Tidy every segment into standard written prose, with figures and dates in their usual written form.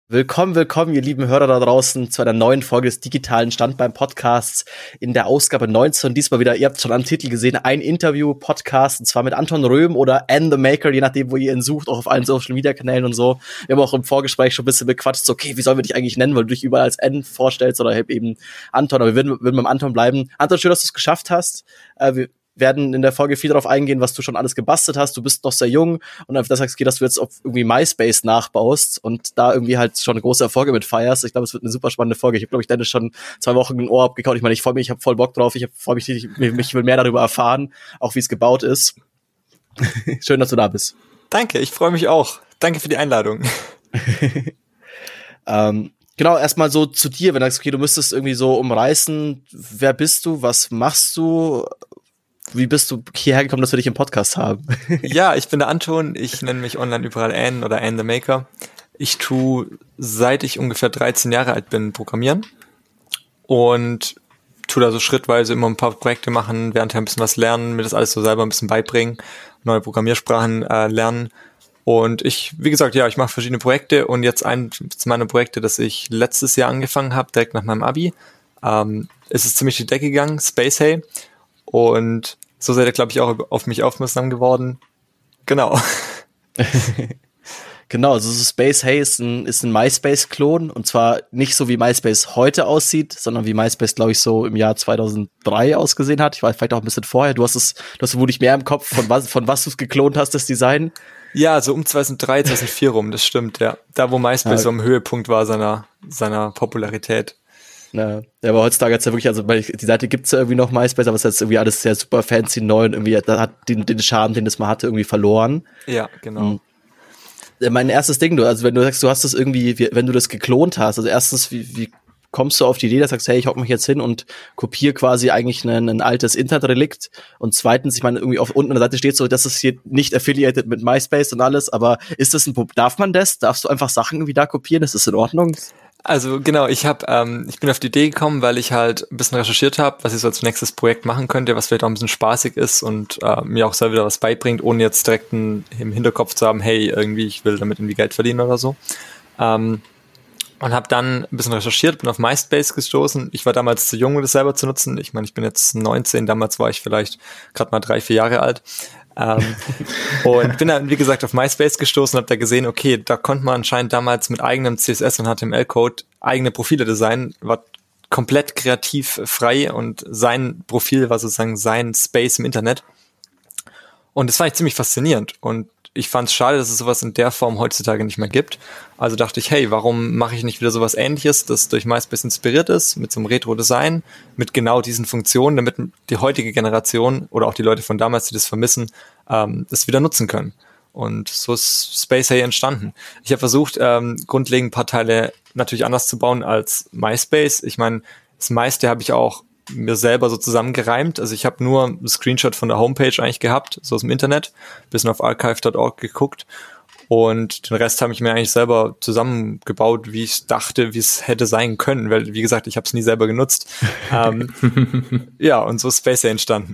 Willkommen, willkommen, ihr lieben Hörer da draußen, zu einer neuen Folge des digitalen Standbein-Podcasts in der Ausgabe 19. Diesmal wieder, ihr habt schon am Titel gesehen, ein Interview-Podcast, und zwar mit Anton Röhm oder Ann the Maker, je nachdem, wo ihr ihn sucht, auch auf allen Social-Media-Kanälen und so. Wir haben auch im Vorgespräch schon ein bisschen bequatscht, so, okay, wie sollen wir dich eigentlich nennen, weil du dich überall als Ann vorstellst oder eben Anton, aber wir würden beim Anton bleiben. Anton, schön, dass du es geschafft hast. Wir werden in der Folge viel darauf eingehen, was du schon alles gebastelt hast. Du bist noch sehr jung und auf das sagst du, dass du jetzt auf irgendwie MySpace nachbaust und da irgendwie halt schon große Erfolge mit feierst. Ich glaube, es wird eine super spannende Folge. Ich habe, glaube ich, Dennis schon 2 Wochen ein Ohr abgekaut. Ich meine, ich freue mich, ich habe voll Bock drauf. Ich freue mich, ich will mehr darüber erfahren, auch wie es gebaut ist. Schön, dass du da bist. Danke, ich freue mich auch. Danke für die Einladung. Genau, erstmal so zu dir, wenn du sagst, okay, du müsstest irgendwie so umreißen, wer bist du, was machst du? Wie bist du hierher gekommen, dass wir dich im Podcast haben? Ja, ich bin der Anton. Ich nenne mich online überall Ann oder Ann the Maker. Ich tue, seit ich ungefähr 13 Jahre alt bin, programmieren und tue da so schrittweise immer ein paar Projekte machen, während ein bisschen was lernen, mir das alles so selber ein bisschen beibringen, neue Programmiersprachen lernen. Und ich, wie gesagt, ja, ich mache verschiedene Projekte und jetzt eines meiner Projekte, das ich letztes Jahr angefangen habe, direkt nach meinem Abi, ist es ziemlich die Decke gegangen, Space Hay. Und so seid ihr, glaube ich, auch auf mich aufmerksam geworden. Genau. Genau, also Space Hay ist ein MySpace-Klon, und zwar nicht so, wie MySpace heute aussieht, sondern wie MySpace, glaube ich, so im Jahr 2003 ausgesehen hat. Ich weiß, vielleicht auch ein bisschen vorher. Du hast vermutlich mehr im Kopf, von was du es geklont hast, das Design. Ja, so um 2003, 2004 rum, das stimmt, ja. Da, wo MySpace so am Höhepunkt war seiner Popularität. Ja, aber heutzutage hat's ja wirklich, also die Seite gibt's ja irgendwie noch, MySpace, aber es ist jetzt irgendwie alles sehr super fancy neu und irgendwie hat den Charme, den das mal hatte, irgendwie verloren. Ja, genau. Mein erstes Ding, also wenn du sagst, du hast das irgendwie, wenn du das geklont hast, also erstens, wie kommst du auf die Idee, dass du sagst, hey, ich hock mich jetzt hin und kopiere quasi eigentlich ein altes Internetrelikt, und zweitens, ich meine, irgendwie unten an der Seite steht so, das ist hier nicht affiliated mit MySpace und alles, aber ist das darf man das? Darfst du einfach Sachen irgendwie da kopieren? Ist das in Ordnung? Also genau, ich bin auf die Idee gekommen, weil ich halt ein bisschen recherchiert habe, was ich so als nächstes Projekt machen könnte, was vielleicht auch ein bisschen spaßig ist und mir auch selber wieder was beibringt, ohne jetzt direkt im Hinterkopf zu haben, hey, irgendwie, ich will damit irgendwie Geld verdienen oder so. Und habe dann ein bisschen recherchiert, bin auf MySpace gestoßen. Ich war damals zu jung, um das selber zu nutzen. Ich meine, ich bin jetzt 19, damals war ich vielleicht gerade mal 3-4 Jahre alt. Und bin dann, wie gesagt, auf MySpace gestoßen und habe da gesehen, okay, da konnte man anscheinend damals mit eigenem CSS und HTML-Code eigene Profile designen, war komplett kreativ frei und sein Profil war sozusagen sein Space im Internet. Und das fand ich ziemlich faszinierend und ich fand es schade, dass es sowas in der Form heutzutage nicht mehr gibt. Also dachte ich, hey, warum mache ich nicht wieder sowas Ähnliches, das durch MySpace inspiriert ist, mit so einem Retro-Design, mit genau diesen Funktionen, damit die heutige Generation oder auch die Leute von damals, die das vermissen, das wieder nutzen können. Und so ist Space Hay entstanden. Ich habe versucht, grundlegend ein paar Teile natürlich anders zu bauen als MySpace. Ich meine, das meiste habe ich auch mir selber so zusammengereimt. Also ich habe nur einen Screenshot von der Homepage eigentlich gehabt, so aus dem Internet, bisschen auf archive.org geguckt und den Rest habe ich mir eigentlich selber zusammengebaut, wie ich dachte, wie es hätte sein können, weil, wie gesagt, ich habe es nie selber genutzt. Ja, und so ist Space Hay entstanden.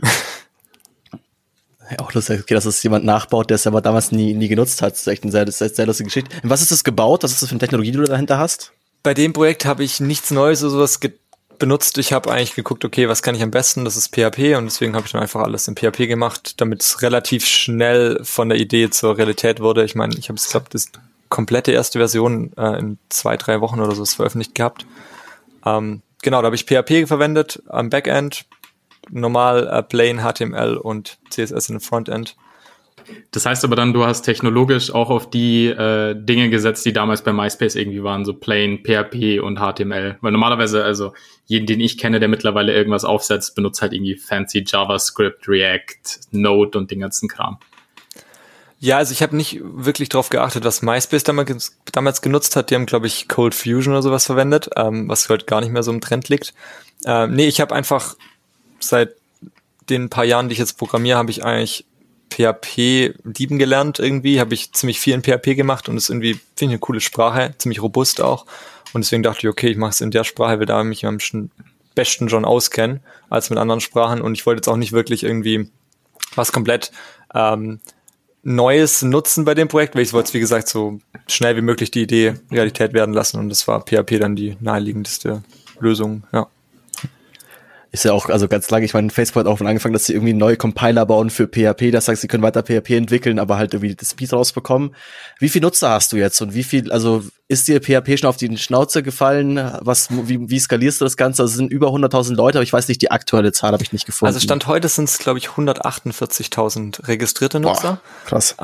Ja, auch lustig, okay, dass es jemand nachbaut, der es aber damals nie genutzt hat. Das ist echt eine sehr lustige Geschichte. Und was ist das gebaut? Was ist das für eine Technologie, die du dahinter hast? Bei dem Projekt habe ich nichts Neues oder sowas benutzt. Ich habe eigentlich geguckt, okay, was kann ich am besten? Das ist PHP und deswegen habe ich dann einfach alles in PHP gemacht, damit es relativ schnell von der Idee zur Realität wurde. Ich meine, ich habe es, glaube das komplette erste Version in 2-3 Wochen oder so veröffentlicht gehabt. Genau, da habe ich PHP verwendet am Backend, normal plain HTML und CSS in dem Frontend. Das heißt aber dann, du hast technologisch auch auf die Dinge gesetzt, die damals bei MySpace irgendwie waren, so plain PHP und HTML. Weil normalerweise, also jeden, den ich kenne, der mittlerweile irgendwas aufsetzt, benutzt halt irgendwie fancy JavaScript, React, Node und den ganzen Kram. Ja, also ich habe nicht wirklich darauf geachtet, was MySpace damals genutzt hat. Die haben, glaube ich, Cold Fusion oder sowas verwendet, was heute gar nicht mehr so im Trend liegt. Nee, ich habe einfach seit den paar Jahren, die ich jetzt programmiere, habe ich eigentlich PHP lieben gelernt irgendwie, habe ich ziemlich viel in PHP gemacht und ist irgendwie, finde ich, eine coole Sprache, ziemlich robust auch. Und deswegen dachte ich, okay, ich mache es in der Sprache, weil da mich am besten schon auskennen als mit anderen Sprachen. Und ich wollte jetzt auch nicht wirklich irgendwie was komplett Neues nutzen bei dem Projekt, weil ich wollte es, wie gesagt, so schnell wie möglich die Idee Realität werden lassen und das war PHP dann die naheliegendste Lösung, ja. Ist ja auch, also ganz lange, ich meine, Facebook hat auch schon angefangen, dass sie irgendwie neue Compiler bauen für PHP, das heißt, sie können weiter PHP entwickeln, aber halt irgendwie das Speed rausbekommen. Wie viel Nutzer hast du jetzt und wie viel, also ist dir PHP schon auf die Schnauze gefallen? Wie skalierst du das Ganze? Also es sind über 100.000 Leute, aber ich weiß nicht, die aktuelle Zahl habe ich nicht gefunden. Also Stand heute sind es, glaube ich, 148.000 registrierte Nutzer. Boah, krass.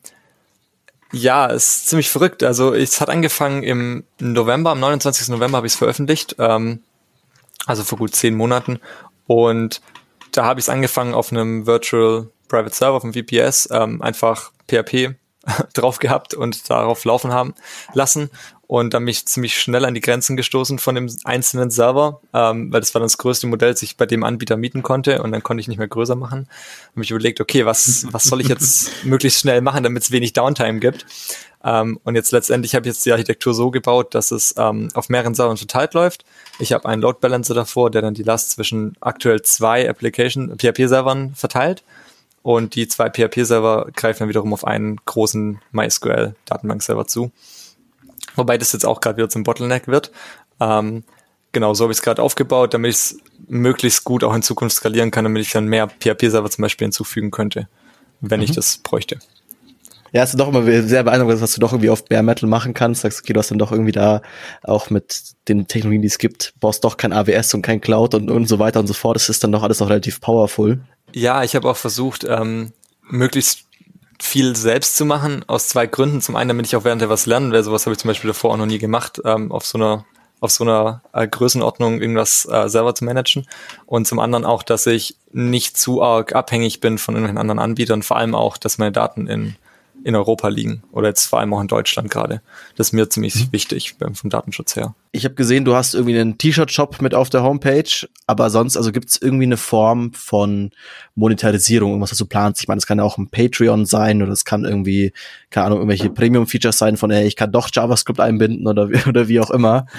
Ja, ist ziemlich verrückt. Also es hat angefangen im November, am 29. November habe ich es veröffentlicht, also vor gut 10 Monaten. Und da habe ich es angefangen auf einem Virtual Private Server, auf dem VPS, einfach PHP drauf gehabt und darauf laufen haben lassen. Und dann mich ziemlich schnell an die Grenzen gestoßen von dem einzelnen Server, weil das war dann das größte Modell, das ich bei dem Anbieter mieten konnte und dann konnte ich nicht mehr größer machen. Habe mich überlegt, okay, was soll ich jetzt möglichst schnell machen, damit es wenig Downtime gibt. Und jetzt letztendlich habe ich jetzt die Architektur so gebaut, dass es auf mehreren Servern verteilt läuft. Ich habe einen Load Balancer davor, der dann die Last zwischen aktuell 2 PHP-Servern verteilt. Und die 2 PHP-Server greifen dann wiederum auf einen großen MySQL-Datenbank-Server zu. Wobei das jetzt auch gerade wieder zum Bottleneck wird. Genau, so habe ich es gerade aufgebaut, damit ich es möglichst gut auch in Zukunft skalieren kann, damit ich dann mehr PHP-Server zum Beispiel hinzufügen könnte, wenn ich das bräuchte. Ja, es ist doch immer sehr beeindruckend, was du doch irgendwie auf Bare Metal machen kannst. Sagst, okay, du hast dann doch irgendwie da auch mit den Technologien, die es gibt, brauchst doch kein AWS und kein Cloud und so weiter und so fort. Das ist dann doch alles noch relativ powerful. Ja, ich habe auch versucht, möglichst viel selbst zu machen, aus 2 Gründen. Zum einen, damit ich auch während was lernen will. Sowas habe ich zum Beispiel davor auch noch nie gemacht, auf so einer Größenordnung irgendwas selber zu managen. Und zum anderen auch, dass ich nicht zu arg abhängig bin von irgendwelchen anderen Anbietern. Vor allem auch, dass meine Daten in Europa liegen oder jetzt vor allem auch in Deutschland gerade. Das ist mir ziemlich wichtig vom Datenschutz her. Ich habe gesehen, du hast irgendwie einen T-Shirt-Shop mit auf der Homepage, aber sonst, also gibt es irgendwie eine Form von Monetarisierung, irgendwas, was du planst? Ich meine, das kann ja auch ein Patreon sein oder es kann irgendwie, keine Ahnung, irgendwelche Premium-Features sein von, ich kann doch JavaScript einbinden oder wie auch immer.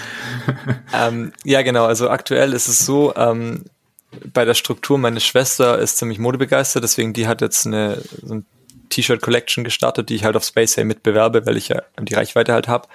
Ja, genau. Also aktuell ist es so, bei der Struktur, meine Schwester ist ziemlich modebegeistert, deswegen die hat jetzt so ein T-Shirt-Collection gestartet, die ich halt auf Spacey mitbewerbe, weil ich ja die Reichweite halt habe.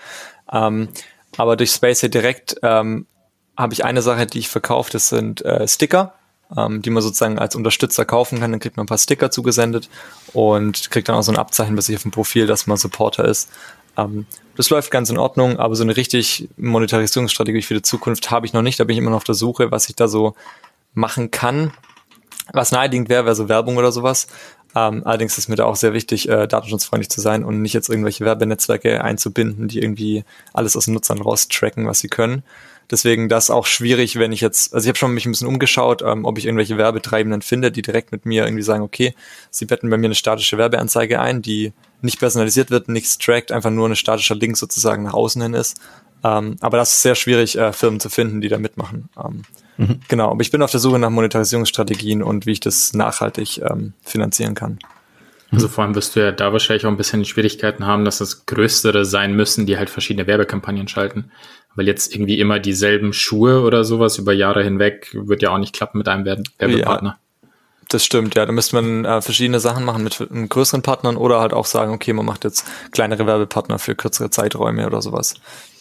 Aber durch Spacey direkt habe ich eine Sache, die ich verkaufe, das sind Sticker, die man sozusagen als Unterstützer kaufen kann. Dann kriegt man ein paar Sticker zugesendet und kriegt dann auch so ein Abzeichen bei sich auf dem Profil, dass man Supporter ist. Das läuft ganz in Ordnung, aber so eine richtig Monetarisierungsstrategie für die Zukunft habe ich noch nicht. Da bin ich immer noch auf der Suche, was ich da so machen kann. Was naheliegend wäre so Werbung oder sowas. Allerdings ist mir da auch sehr wichtig, datenschutzfreundlich zu sein und nicht jetzt irgendwelche Werbenetzwerke einzubinden, die irgendwie alles aus den Nutzern raustracken, was sie können. Deswegen das auch schwierig, wenn ich jetzt, also ich habe schon mich ein bisschen umgeschaut, ob ich irgendwelche Werbetreibenden finde, die direkt mit mir irgendwie sagen, okay, sie betten bei mir eine statische Werbeanzeige ein, die nicht personalisiert wird, nichts trackt, einfach nur ein statischer Link sozusagen nach außen hin ist. Aber das ist sehr schwierig, Firmen zu finden, die da mitmachen. Genau, aber ich bin auf der Suche nach Monetarisierungsstrategien und wie ich das nachhaltig finanzieren kann. Also vor allem wirst du ja da wahrscheinlich auch ein bisschen Schwierigkeiten haben, dass das Größere sein müssen, die halt verschiedene Werbekampagnen schalten. Weil jetzt irgendwie immer dieselben Schuhe oder sowas über Jahre hinweg wird ja auch nicht klappen mit einem Werbepartner. Ja, das stimmt, ja. Da müsste man verschiedene Sachen machen mit größeren Partnern oder halt auch sagen, okay, man macht jetzt kleinere Werbepartner für kürzere Zeiträume oder sowas.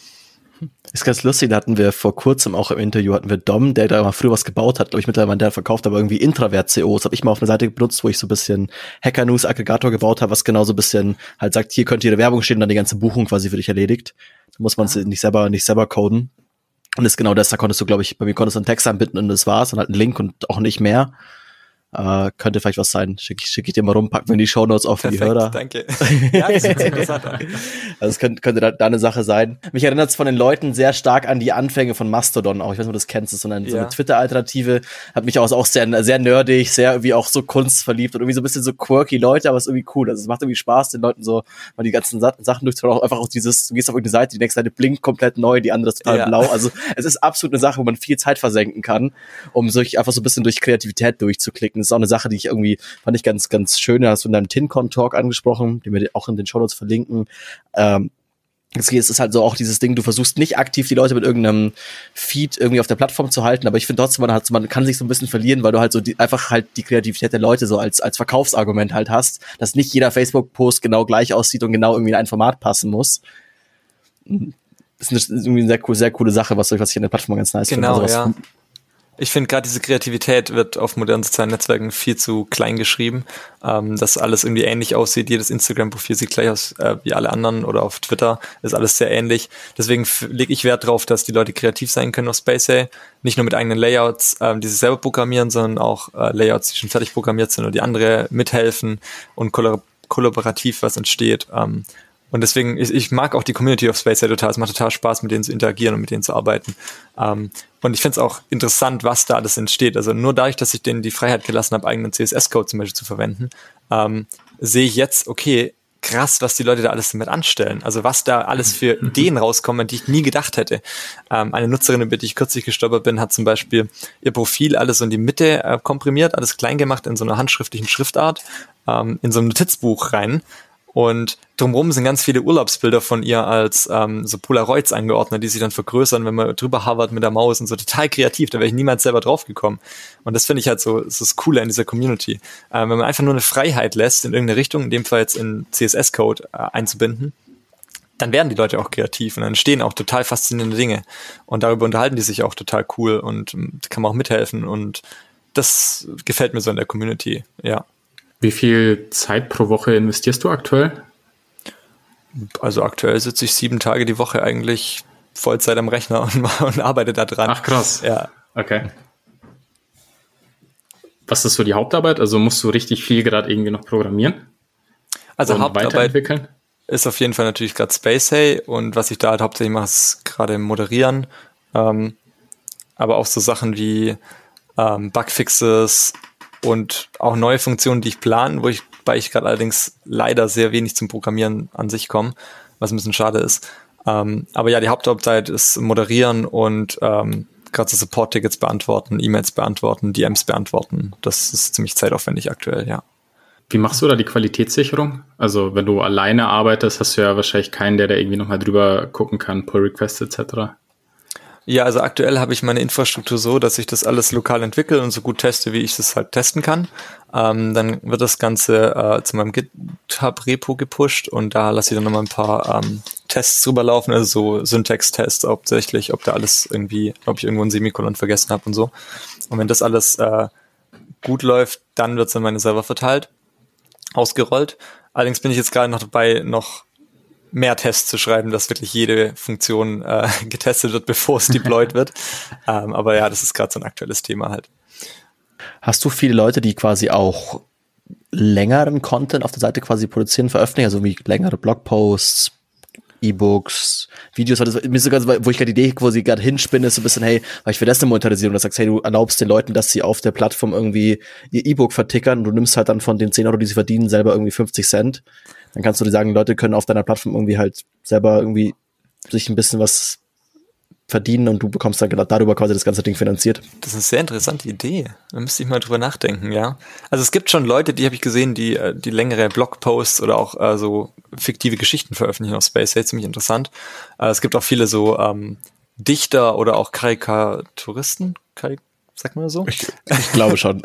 Ist ganz lustig, da hatten wir vor kurzem auch im Interview, hatten wir Dom, der da mal früher was gebaut hat, glaube ich mittlerweile, der verkauft aber irgendwie Intravert-CO. Das habe ich mal auf einer Seite benutzt, wo ich so ein bisschen Hacker-News-Aggregator gebaut habe, was genau so ein bisschen halt sagt, hier könnte Ihre Werbung stehen und dann die ganze Buchung quasi für dich erledigt. Da muss man es nicht selber coden. Und ist genau das, da konntest du, glaube ich, bei mir konntest du einen Text anbinden und das war's und halt einen Link und auch nicht mehr. Könnte vielleicht was sein. Schick ich dir mal rum, packen wir in die Shownotes auf für die Hörer. Danke. Ja, das ist interessant. Also es könnte da eine Sache sein. Mich erinnert es von den Leuten sehr stark an die Anfänge von Mastodon auch. Ich weiß nicht, ob du das kennst. Das ist so eine Twitter-Alternative. Hat mich auch sehr, sehr nerdig, sehr irgendwie auch so kunstverliebt und irgendwie so ein bisschen so quirky Leute, aber es ist irgendwie cool. Also es macht irgendwie Spaß, den Leuten so mal die ganzen Sachen durchzuschauen. Auch einfach aus du gehst auf irgendeine Seite, die nächste Seite blinkt komplett neu, die andere ist total blau. Also es ist absolut eine Sache, wo man viel Zeit versenken kann, um sich einfach so ein bisschen durch Kreativität durchzuklicken. Das ist auch eine Sache, die ich irgendwie, fand ich ganz, ganz schön. Da hast du in deinem TinCon-Talk angesprochen, den wir auch in den Shownotes verlinken. Es ist halt so auch dieses Ding, du versuchst nicht aktiv die Leute mit irgendeinem Feed irgendwie auf der Plattform zu halten, aber ich finde trotzdem, man kann sich so ein bisschen verlieren, weil du halt so einfach halt die Kreativität der Leute so als Verkaufsargument halt hast, dass nicht jeder Facebook-Post genau gleich aussieht und genau irgendwie in ein Format passen muss. Das ist irgendwie eine sehr coole Sache, was ich an der Plattform ganz nice finde. Genau, ja. Ich finde gerade diese Kreativität wird auf modernen sozialen Netzwerken viel zu klein geschrieben, dass alles irgendwie ähnlich aussieht. Jedes Instagram-Profil sieht gleich aus wie alle anderen oder auf Twitter ist alles sehr ähnlich. Deswegen lege ich Wert drauf, dass die Leute kreativ sein können auf Spacey. Nicht nur mit eigenen Layouts, die sie selber programmieren, sondern auch Layouts, die schon fertig programmiert sind und die andere mithelfen und kollaborativ was entsteht. Und deswegen, ich mag auch die Community auf Spacey total. Es macht total Spaß, mit denen zu interagieren und mit denen zu arbeiten. Und ich finde es auch interessant, was da alles entsteht. Also nur dadurch, dass ich denen die Freiheit gelassen habe, eigenen CSS-Code zum Beispiel zu verwenden, sehe ich jetzt, okay, krass, was die Leute da alles damit anstellen. Also was da alles für Ideen rauskommen, an die ich nie gedacht hätte. Eine Nutzerin, über die ich kürzlich gestolpert bin, hat zum Beispiel ihr Profil alles so in die Mitte komprimiert, alles klein gemacht in so einer handschriftlichen Schriftart, in so ein Notizbuch rein. Und drumherum sind ganz viele Urlaubsbilder von ihr als so Polaroids angeordnet, die sich dann vergrößern, wenn man drüber hovert mit der Maus und so. Total kreativ, da wäre ich niemals selber drauf gekommen. Und das finde ich halt so, das ist das Coole an dieser Community. Wenn man einfach nur eine Freiheit lässt, in irgendeine Richtung, in dem Fall jetzt in CSS-Code einzubinden, dann werden die Leute auch kreativ und dann entstehen auch total faszinierende Dinge. Und darüber unterhalten die sich auch total cool und kann man auch mithelfen. Und das gefällt mir so in der Community, ja. Wie viel Zeit pro Woche investierst du aktuell? Also aktuell sitze ich 7 Tage die Woche eigentlich Vollzeit am Rechner und arbeite da dran. Ach krass. Ja. Okay. Was ist so die Hauptarbeit? Also musst du richtig viel gerade irgendwie noch programmieren? Also und Hauptarbeit weiterentwickeln? Ist auf jeden Fall natürlich gerade Spacey und was ich da halt hauptsächlich mache, ist gerade moderieren. Aber auch so Sachen wie Bugfixes und auch neue Funktionen, die ich plane, wobei ich gerade allerdings leider sehr wenig zum Programmieren an sich komme, was ein bisschen schade ist. Aber ja, die Hauptarbeit ist moderieren und gerade so Support-Tickets beantworten, E-Mails beantworten, DMs beantworten. Das ist ziemlich zeitaufwendig aktuell, ja. Wie machst du da die Qualitätssicherung? Also wenn du alleine arbeitest, hast du ja wahrscheinlich keinen, der da irgendwie nochmal drüber gucken kann, Pull-Requests etc. Ja, also aktuell habe ich meine Infrastruktur so, dass ich das alles lokal entwickle und so gut teste, wie ich es halt testen kann. Dann wird das Ganze zu meinem GitHub-Repo gepusht und da lasse ich dann nochmal ein paar Tests drüber laufen, also so Syntax-Tests hauptsächlich, ob da alles irgendwie, ob ich irgendwo ein Semikolon vergessen habe und so. Und wenn das alles gut läuft, dann wird es an meine Server verteilt, ausgerollt. Allerdings bin ich jetzt gerade noch dabei, noch mehr Tests zu schreiben, dass wirklich jede Funktion getestet wird, bevor es deployed wird. Aber ja, das ist gerade so ein aktuelles Thema halt. Hast du viele Leute, die quasi auch längeren Content auf der Seite quasi produzieren, veröffentlichen, also wie längere Blogposts, E-Books, Videos, mir ist sogar, wo ich gerade die Idee quasi gerade hinspinne, ist so ein bisschen, hey, weil ich will das eine Monetarisierung, dass du sagst, hey, du erlaubst den Leuten, dass sie auf der Plattform irgendwie ihr E-Book vertickern und du nimmst halt dann von den 10 Euro, die sie verdienen, selber irgendwie 50 Cent. Dann kannst du dir sagen, Leute können auf deiner Plattform irgendwie halt selber irgendwie sich ein bisschen was verdienen und du bekommst dann darüber quasi das ganze Ding finanziert. Das ist eine sehr interessante Idee. Da müsste ich mal drüber nachdenken, ja. Also es gibt schon Leute, die habe ich gesehen, die längere Blogposts oder auch so fiktive Geschichten veröffentlichen auf Spacey, ziemlich interessant. Es gibt auch viele so Dichter oder auch Karikaturisten, sagt man das so? Ich glaube schon.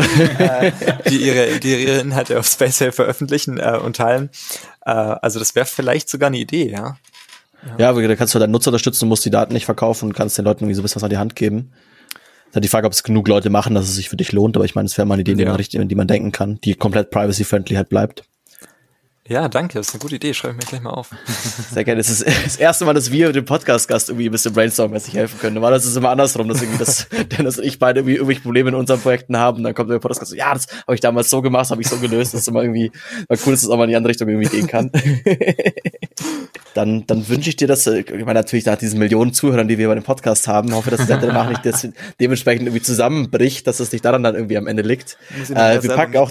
die ihre Inhalte auf Spacey veröffentlichen und teilen. Also das wäre vielleicht sogar eine Idee, ja. Ja, da kannst du deinen Nutzer unterstützen, du musst die Daten nicht verkaufen und kannst den Leuten irgendwie so ein bisschen was an die Hand geben. Das ist halt die Frage, ob es genug Leute machen, dass es sich für dich lohnt, aber ich meine, es wäre mal eine Idee, die man denken kann, die komplett privacy-friendly halt bleibt. Ja, danke, das ist eine gute Idee, schreibe ich mir gleich mal auf. Sehr gerne. Es ist das erste Mal, dass wir dem Podcast-Gast irgendwie ein bisschen brainstormmäßig helfen können. Normalerweise ist es immer andersrum, dass irgendwie Dennis und ich beide irgendwie irgendwelche Probleme in unseren Projekten haben. Dann kommt der Podcast so, ja, das habe ich damals so gemacht, das habe ich so gelöst. Das ist immer irgendwie mal cool, dass es auch mal in die andere Richtung irgendwie gehen kann. Dann wünsche ich dir das, ich meine natürlich nach diesen Millionen Zuhörern, die wir bei dem Podcast haben, hoffe, dass der danach nicht dementsprechend irgendwie zusammenbricht, dass es nicht daran dann irgendwie am Ende liegt. Wir packen auch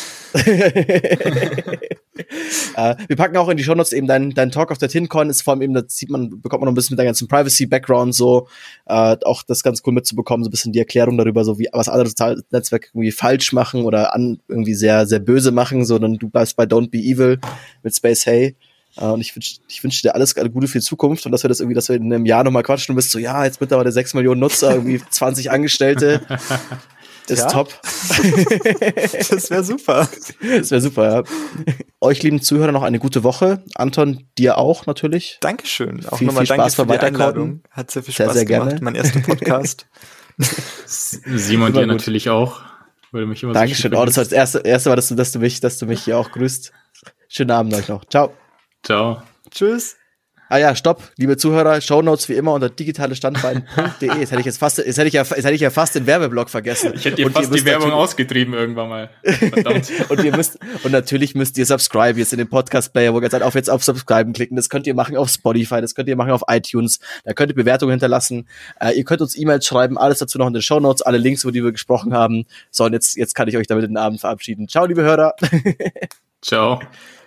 wir packen auch in die Shownotes eben dein Talk auf der TinCon, ist vor allem eben, da bekommt man noch ein bisschen mit der ganzen Privacy-Background so, auch das ganz cool mitzubekommen, so ein bisschen die Erklärung darüber, so wie was andere Netzwerke irgendwie falsch machen oder irgendwie sehr, sehr böse machen, sondern du bleibst bei Don't Be Evil mit Space Hey. Und ich wünsch dir alles Gute für die Zukunft und dass wir in einem Jahr nochmal quatschen und bist so, ja, jetzt mittlerweile 6 Millionen Nutzer, irgendwie 20 Angestellte. Das ist top. Das wäre super. Das wäre super, ja. Euch lieben Zuhörer noch eine gute Woche. Anton, dir auch natürlich. Dankeschön. Auch nochmal danke für die Einladung. Hat sehr viel Spaß sehr gemacht. Gerne. Mein erster Podcast. Simon, dir natürlich auch. Würde mich immer Dankeschön. Das war das erste Mal, dass du mich hier auch grüßt. Schönen Abend euch noch. Ciao. Ciao. Tschüss. Ah ja, stopp, liebe Zuhörer, Shownotes wie immer unter digitalestandbein.de. Jetzt hätte ich ja fast den Werbeblock vergessen. Ich hätte dir fast die Werbung ausgetrieben irgendwann mal. Verdammt. und natürlich müsst ihr subscribe jetzt in den Podcast-Player, wo ihr seid, jetzt auf Subscriben klicken. Das könnt ihr machen auf Spotify, das könnt ihr machen auf iTunes. Da könnt ihr Bewertungen hinterlassen. Ihr könnt uns E-Mails schreiben, alles dazu noch in den Shownotes, alle Links, über die wir gesprochen haben. So, und jetzt kann ich euch damit in den Abend verabschieden. Ciao, liebe Hörer. Ciao.